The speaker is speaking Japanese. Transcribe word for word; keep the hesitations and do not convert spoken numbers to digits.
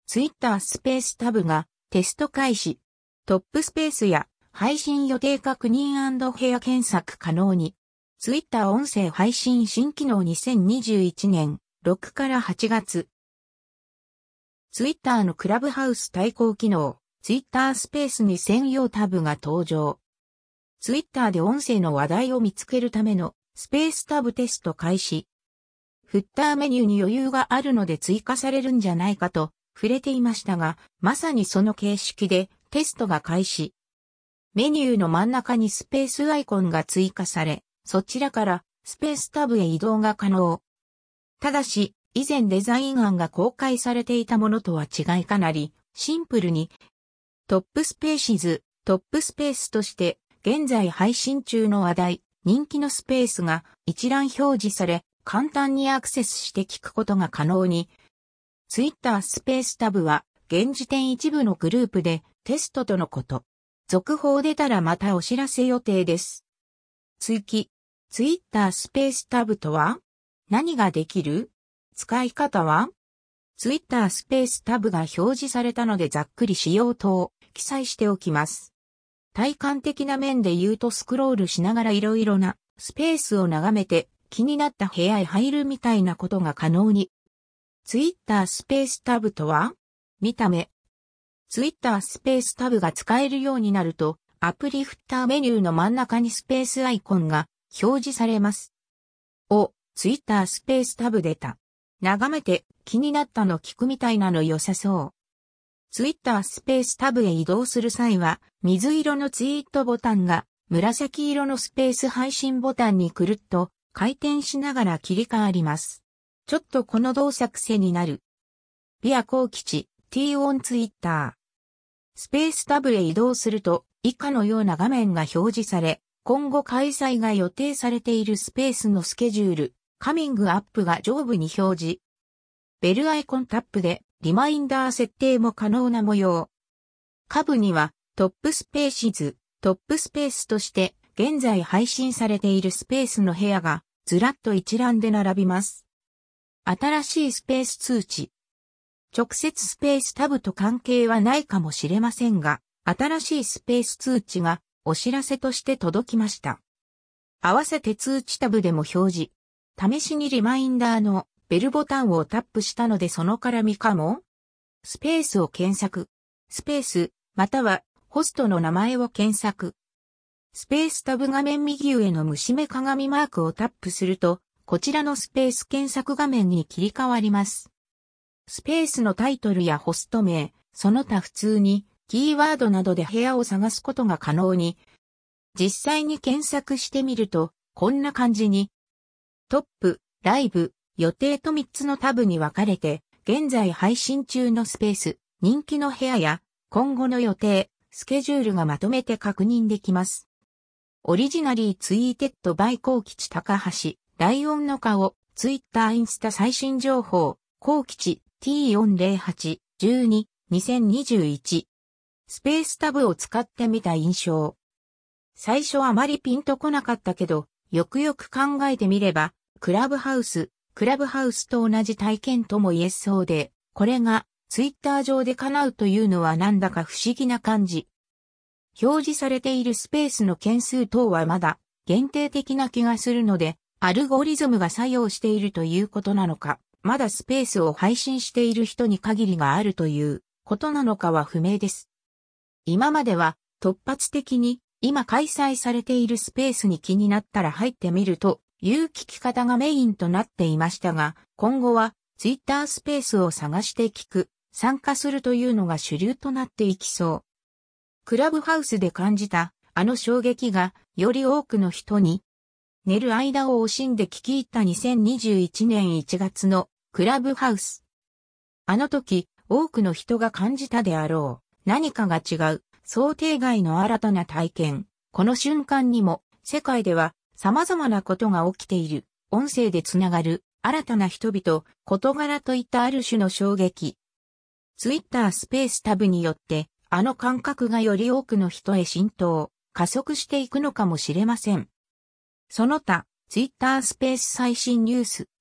ツイッタースペースタブがテスト開始。トップスペースや配信予定確認&部屋検索可能に。ツイッター音声配信新機能にせんにじゅういちねんろくからはちがつ。ツイッターのクラブハウス対抗機能、ツイッタースペースに専用タブが登場。ツイッターで音声の話題を見つけるためのスペースタブテスト開始。フッターメニューに余裕があるので追加されるんじゃないかと触れていましたが、まさにその形式でテストが開始。メニューの真ん中にスペースアイコンが追加され、そちらからスペースタブへ移動が可能。ただし、以前デザイン案が公開されていたものとは違いかなりシンプルにトップスペーシズ、トップスペースとして現在配信中の話題、人気のスペースが一覧表示され簡単にアクセスして聞くことが可能に。ツイッタースペースタブは現時点一部のグループでテストとのこと。続報出たらまたお知らせ予定です。追記。ツイッタースペースタブとは何ができる？使い方は？ツイッタースペースタブが表示されたのでざっくり仕様等を記載しておきます。体感的な面で言うとスクロールしながらいろいろなスペースを眺めて気になった部屋へ入るみたいなことが可能に。ツイッタースペースタブとは？見た目。ツイッタースペースタブが使えるようになるとアプリフッターメニューの真ん中にスペースアイコンが表示されます。お、ツイッタースペースタブ出た。眺めて気になったの聞くみたいなの良さそう。ツイッタースペースタブへ移動する際は水色のツイートボタンが紫色のスペース配信ボタンにくるっと回転しながら切り替わります。ちょっとこの動作癖になる。ビアコウ吉 T オンツイッター。スペースタブへ移動すると以下のような画面が表示され、今後開催が予定されているスペースのスケジュール、カミングアップが上部に表示。ベルアイコンタップでリマインダー設定も可能な模様。下部にはトップスペーシズ、トップスペースとして現在配信されているスペースの部屋がずらっと一覧で並びます。新しいスペース通知。直接スペースタブと関係はないかもしれませんが、新しいスペース通知がお知らせとして届きました。合わせて通知タブでも表示。試しにリマインダーのベルボタンをタップしたのでその絡みかも？スペースを検索。スペース、またはホストの名前を検索。スペースタブ画面右上の虫目鏡マークをタップすると、こちらのスペース検索画面に切り替わります。スペースのタイトルやホスト名、その他普通にキーワードなどで部屋を探すことが可能に。実際に検索してみると、こんな感じに。トップ、ライブ、予定とみっつのタブに分かれて、現在配信中のスペース、人気の部屋や、今後の予定、スケジュールがまとめて確認できます。オリジナリーツイーテッドバイコウ吉高橋、ライオンの顔、ツイッターインスタ最新情報、コウ吉 ティーよんぜろはちじゅうに にせんにじゅういち。スペースタブを使ってみた印象。最初あまりピンとこなかったけど、よくよく考えてみれば、クラブハウス、クラブハウスと同じ体験とも言えそうで、これがツイッター上で叶うというのはなんだか不思議な感じ。表示されているスペースの件数等はまだ限定的な気がするので、アルゴリズムが作用しているということなのか、まだスペースを配信している人に限りがあるということなのかは不明です。今までは突発的に今開催されているスペースに気になったら入ってみるという聞き方がメインとなっていましたが、今後はツイッタースペースを探して聞く、参加するというのが主流となっていきそう。クラブハウスで感じたあの衝撃がより多くの人に寝る間を惜しんで聞き入ったにせんにじゅういちねんいちがつのクラブハウス。あの時多くの人が感じたであろう何かが違う想定外の新たな体験。この瞬間にも世界では様々なことが起きている。音声でつながる新たな人々、事柄といったある種の衝撃。ツイッタースペースタブによってあの感覚がより多くの人へ浸透、加速していくのかもしれません。その他、ツイッタースペース最新ニュース。